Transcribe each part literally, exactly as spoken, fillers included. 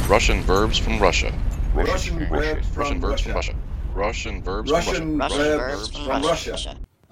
Russian verbs from Russia. Russian verbs Russian from verbs from Russia. Russia. Russian verbs Russian from Russia. verbs from Russia.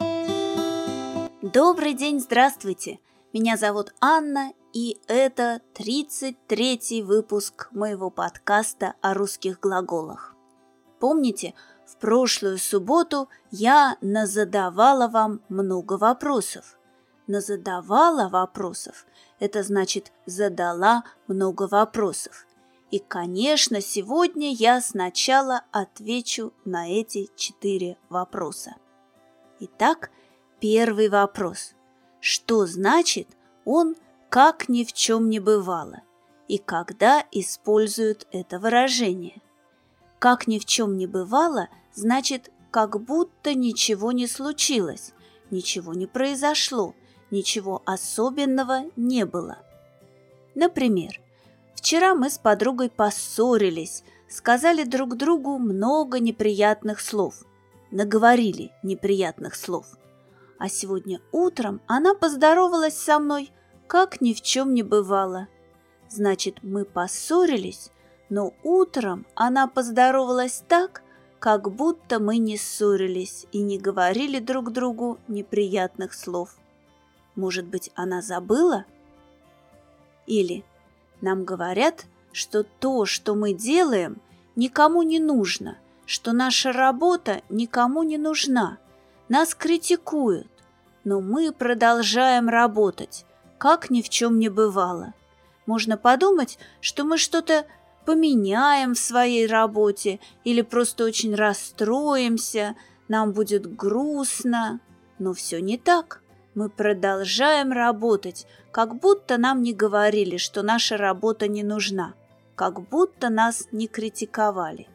Добрый день, здравствуйте! Меня зовут Анна, и это тридцать третий выпуск моего подкаста о русских глаголах. Помните, в прошлую субботу я назадавала вам много вопросов. Назадавала вопросов – это значит задала много вопросов. И, конечно, сегодня я сначала отвечу на эти четыре вопроса. Итак, первый вопрос. Что значит «он как ни в чем не бывало» и когда используют это выражение? «Как ни в чем не бывало» значит «как будто ничего не случилось», «ничего не произошло», «ничего особенного не было». Например, вчера мы с подругой поссорились, сказали друг другу много неприятных слов, наговорили неприятных слов. А сегодня утром она поздоровалась со мной, как ни в чем не бывало. Значит, мы поссорились, но утром она поздоровалась так, как будто мы не ссорились и не говорили друг другу неприятных слов. Может быть, она забыла? Или нам говорят, что то, что мы делаем, никому не нужно, что наша работа никому не нужна. Нас критикуют, но мы продолжаем работать, как ни в чем не бывало. Можно подумать, что мы что-то поменяем в своей работе или просто очень расстроимся, нам будет грустно. Но все не так. Мы продолжаем работать, как будто нам не говорили, что наша работа не нужна, как будто нас не критиковали.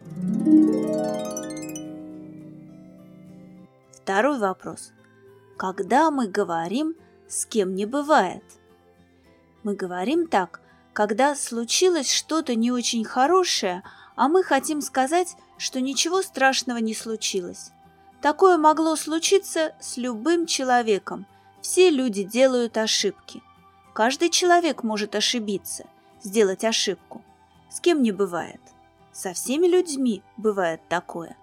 Второй вопрос. Когда мы говорим «с кем не бывает»? Мы говорим так, когда случилось что-то не очень хорошее, а мы хотим сказать, что ничего страшного не случилось. Такое могло случиться с любым человеком. Все люди делают ошибки. Каждый человек может ошибиться, сделать ошибку. С кем не бывает? Со всеми людьми бывает такое.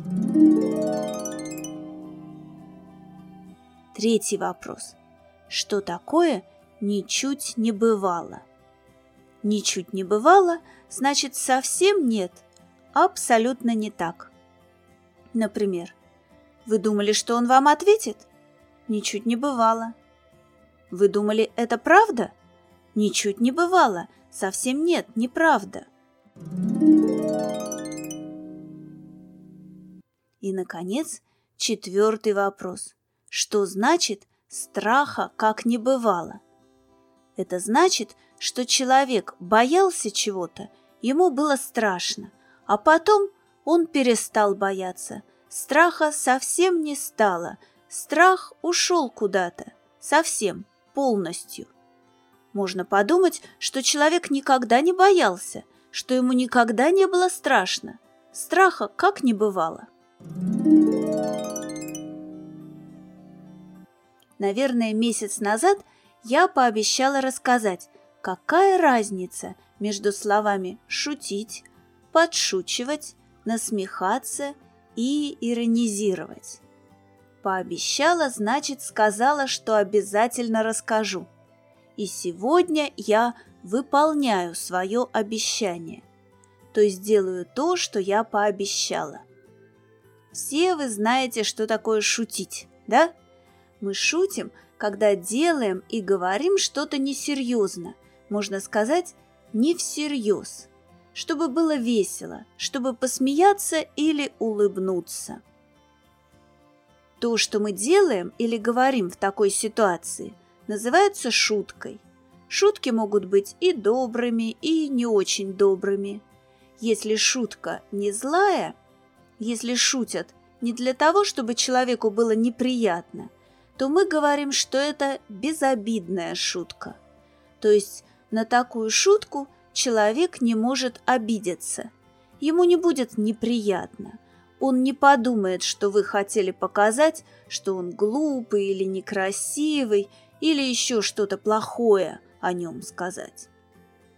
Третий вопрос. Что такое «ничуть не бывало»? «Ничуть не бывало» значит совсем нет, абсолютно не так. Например, вы думали, что он вам ответит? Ничуть не бывало. Вы думали, это правда? Ничуть не бывало, совсем нет, неправда. И, наконец, четвертый вопрос. Что значит «страха как не бывало»? Это значит, что человек боялся чего-то, ему было страшно, а потом он перестал бояться. Страха совсем не стало, страх ушел куда-то, совсем, полностью. Можно подумать, что человек никогда не боялся, что ему никогда не было страшно. Страха как не бывало. Наверное, месяц назад я пообещала рассказать, какая разница между словами «шутить», «подшучивать», «насмехаться» и иронизировать. Пообещала, значит, сказала, что обязательно расскажу. И сегодня я выполняю свое обещание, то есть делаю то, что я пообещала. Все вы знаете, что такое шутить, да? Мы шутим, когда делаем и говорим что-то несерьезно, можно сказать, не всерьез, чтобы было весело, чтобы посмеяться или улыбнуться. То, что мы делаем или говорим в такой ситуации, называется шуткой. Шутки могут быть и добрыми, и не очень добрыми. Если шутка не злая, если шутят не для того, чтобы человеку было неприятно, то мы говорим, что это безобидная шутка. То есть на такую шутку человек не может обидеться. Ему не будет неприятно. Он не подумает, что вы хотели показать, что он глупый или некрасивый, или еще что-то плохое о нем сказать.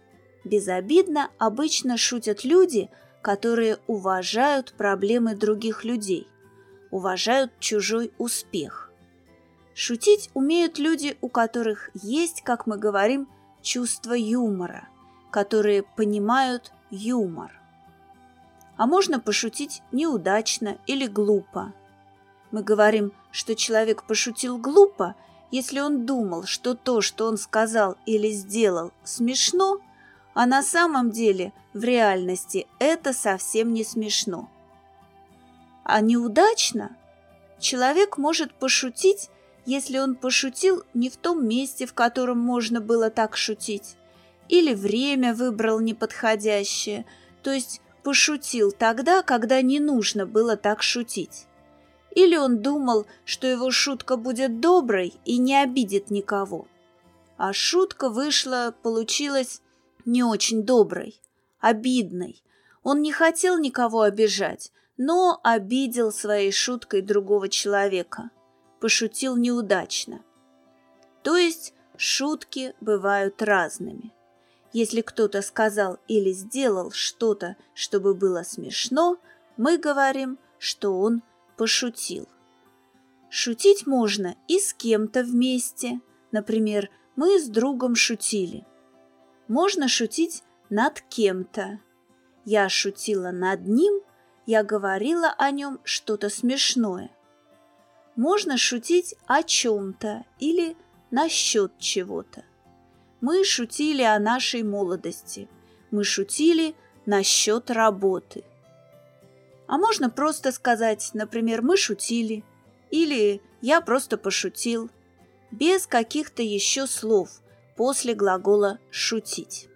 Безобидно обычно шутят люди, которые уважают проблемы других людей, уважают чужой успех. Шутить умеют люди, у которых есть, как мы говорим, чувство юмора, которые понимают юмор. А можно пошутить неудачно или глупо. Мы говорим, что человек пошутил глупо, если он думал, что то, что он сказал или сделал, смешно, а на самом деле в реальности это совсем не смешно. А неудачно человек может пошутить, если он пошутил не в том месте, в котором можно было так шутить, или время выбрал неподходящее, то есть пошутил тогда, когда не нужно было так шутить. Или он думал, что его шутка будет доброй и не обидит никого. А шутка вышла, получилась не очень доброй, обидной. Он не хотел никого обижать, но обидел своей шуткой другого человека. Пошутил неудачно. То есть шутки бывают разными. Если кто-то сказал или сделал что-то, чтобы было смешно, мы говорим, что он пошутил. Шутить можно и с кем-то вместе. Например, мы с другом шутили. Можно шутить над кем-то. Я шутила над ним, я говорила о нем что-то смешное. Можно шутить о чем-то или насчет чего-то. Мы шутили о нашей молодости. Мы шутили насчет работы. А можно просто сказать, например, «мы шутили» или «я просто пошутил», без каких-то еще слов после глагола «шутить».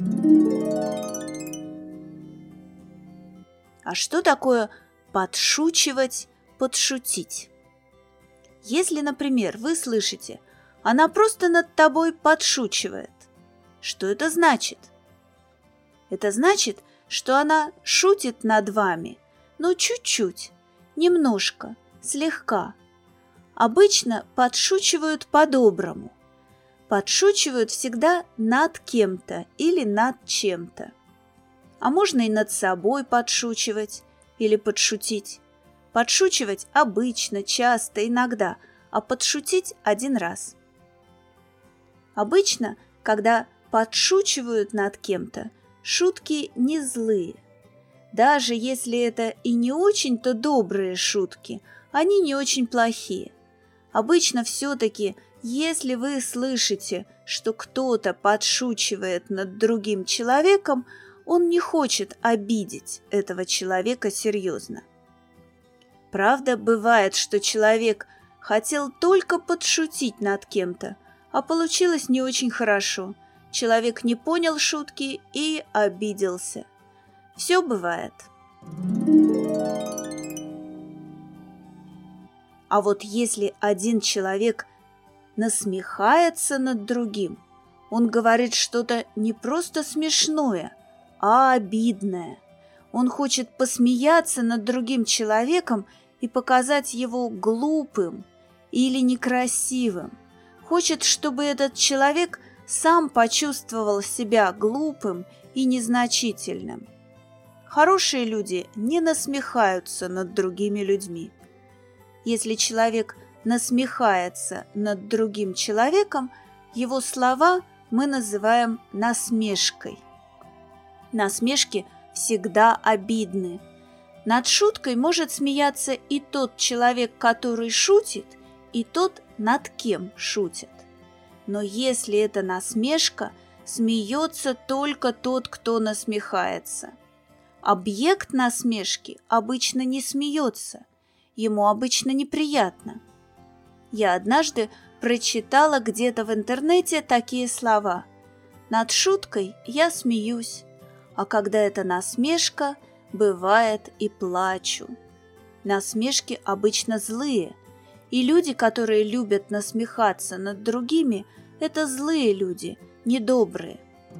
А что такое подшучивать, подшутить? Если, например, вы слышите «она просто над тобой подшучивает», что это значит? Это значит, что она шутит над вами, но чуть-чуть, немножко, слегка. Обычно подшучивают по-доброму. Подшучивают всегда над кем-то или над чем-то. А можно и над собой подшучивать или подшутить. Подшучивать обычно, часто, иногда, а подшутить один раз. Обычно, когда подшучивают над кем-то, шутки не злые. Даже если это и не очень-то добрые шутки, они не очень плохие. Обычно все-таки, если вы слышите, что кто-то подшучивает над другим человеком, он не хочет обидеть этого человека серьезно. Правда, бывает, что человек хотел только подшутить над кем-то, а получилось не очень хорошо. Человек не понял шутки и обиделся. Все бывает. А вот если один человек насмехается над другим, он говорит что-то не просто смешное, а обидное. Он хочет посмеяться над другим человеком и показать его глупым или некрасивым. Хочет, чтобы этот человек сам почувствовал себя глупым и незначительным. Хорошие люди не насмехаются над другими людьми. Если человек насмехается над другим человеком, его слова мы называем насмешкой. Насмешки всегда обидны. Над шуткой может смеяться и тот человек, который шутит, и тот, над кем шутит. Но если это насмешка, смеется только тот, кто насмехается. Объект насмешки обычно не смеется, ему обычно неприятно. Я однажды прочитала где-то в интернете такие слова: «Над шуткой я смеюсь, а когда это насмешка, бывает и плачу». Насмешки обычно злые, и люди, которые любят насмехаться над другими, это злые люди, недобрые.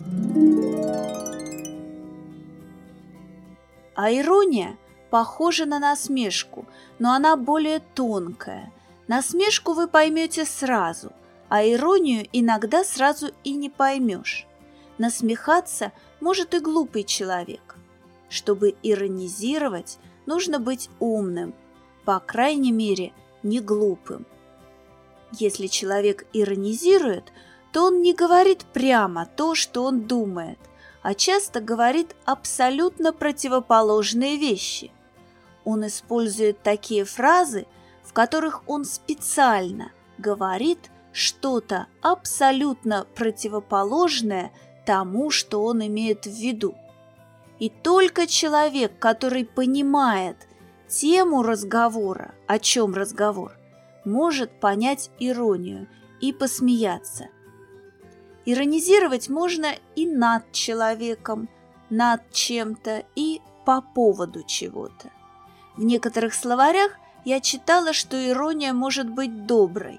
А ирония похожа на насмешку, но она более тонкая. Насмешку вы поймете сразу, а иронию иногда сразу и не поймешь. Насмехаться может и глупый человек. Чтобы иронизировать, нужно быть умным, по крайней мере, не глупым. Если человек иронизирует, то он не говорит прямо то, что он думает, а часто говорит абсолютно противоположные вещи. Он использует такие фразы, в которых он специально говорит что-то абсолютно противоположное тому, что он имеет в виду. И только человек, который понимает тему разговора, о чем разговор, может понять иронию и посмеяться. Иронизировать можно и над человеком, над чем-то и по поводу чего-то. В некоторых словарях я читала, что ирония может быть доброй.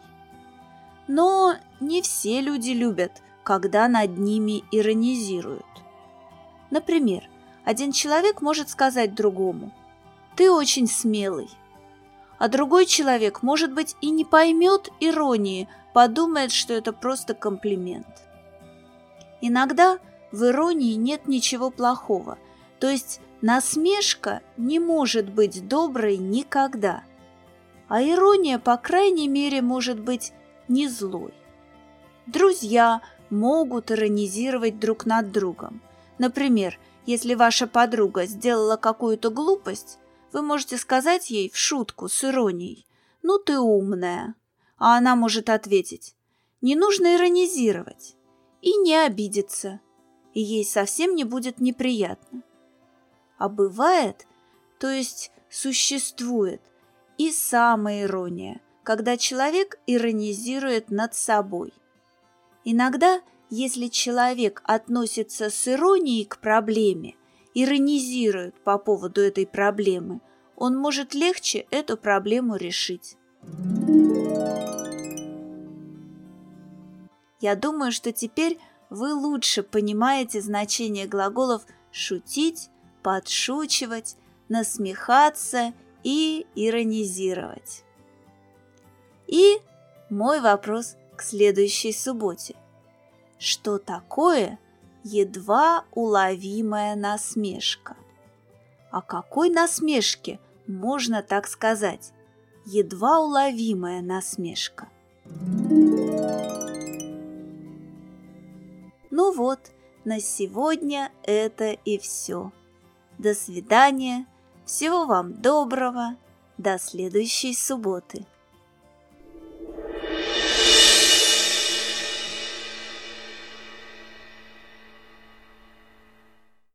Но не все люди любят, когда над ними иронизируют. Например, один человек может сказать другому: «Ты очень смелый». А другой человек, может быть, и не поймет иронии, подумает, что это просто комплимент. Иногда в иронии нет ничего плохого, то есть насмешка не может быть доброй никогда, а ирония, по крайней мере, может быть не злой. Друзья могут иронизировать друг над другом. Например, если ваша подруга сделала какую-то глупость, вы можете сказать ей в шутку с иронией: «Ну ты умная», а она может ответить: «Не нужно иронизировать», и не обидеться, и ей совсем не будет неприятно. А бывает, то есть существует, и самоирония, когда человек иронизирует над собой. Иногда, если человек относится с иронией к проблеме, иронизирует по поводу этой проблемы, он может легче эту проблему решить. Я думаю, что теперь вы лучше понимаете значение глаголов «шутить», «подшучивать», «насмехаться» и «иронизировать». И мой вопрос к следующей субботе. Что такое едва уловимая насмешка? О какой насмешке можно так сказать? Едва уловимая насмешка. Ну вот, на сегодня это и все. До свидания, всего вам доброго, до следующей субботы.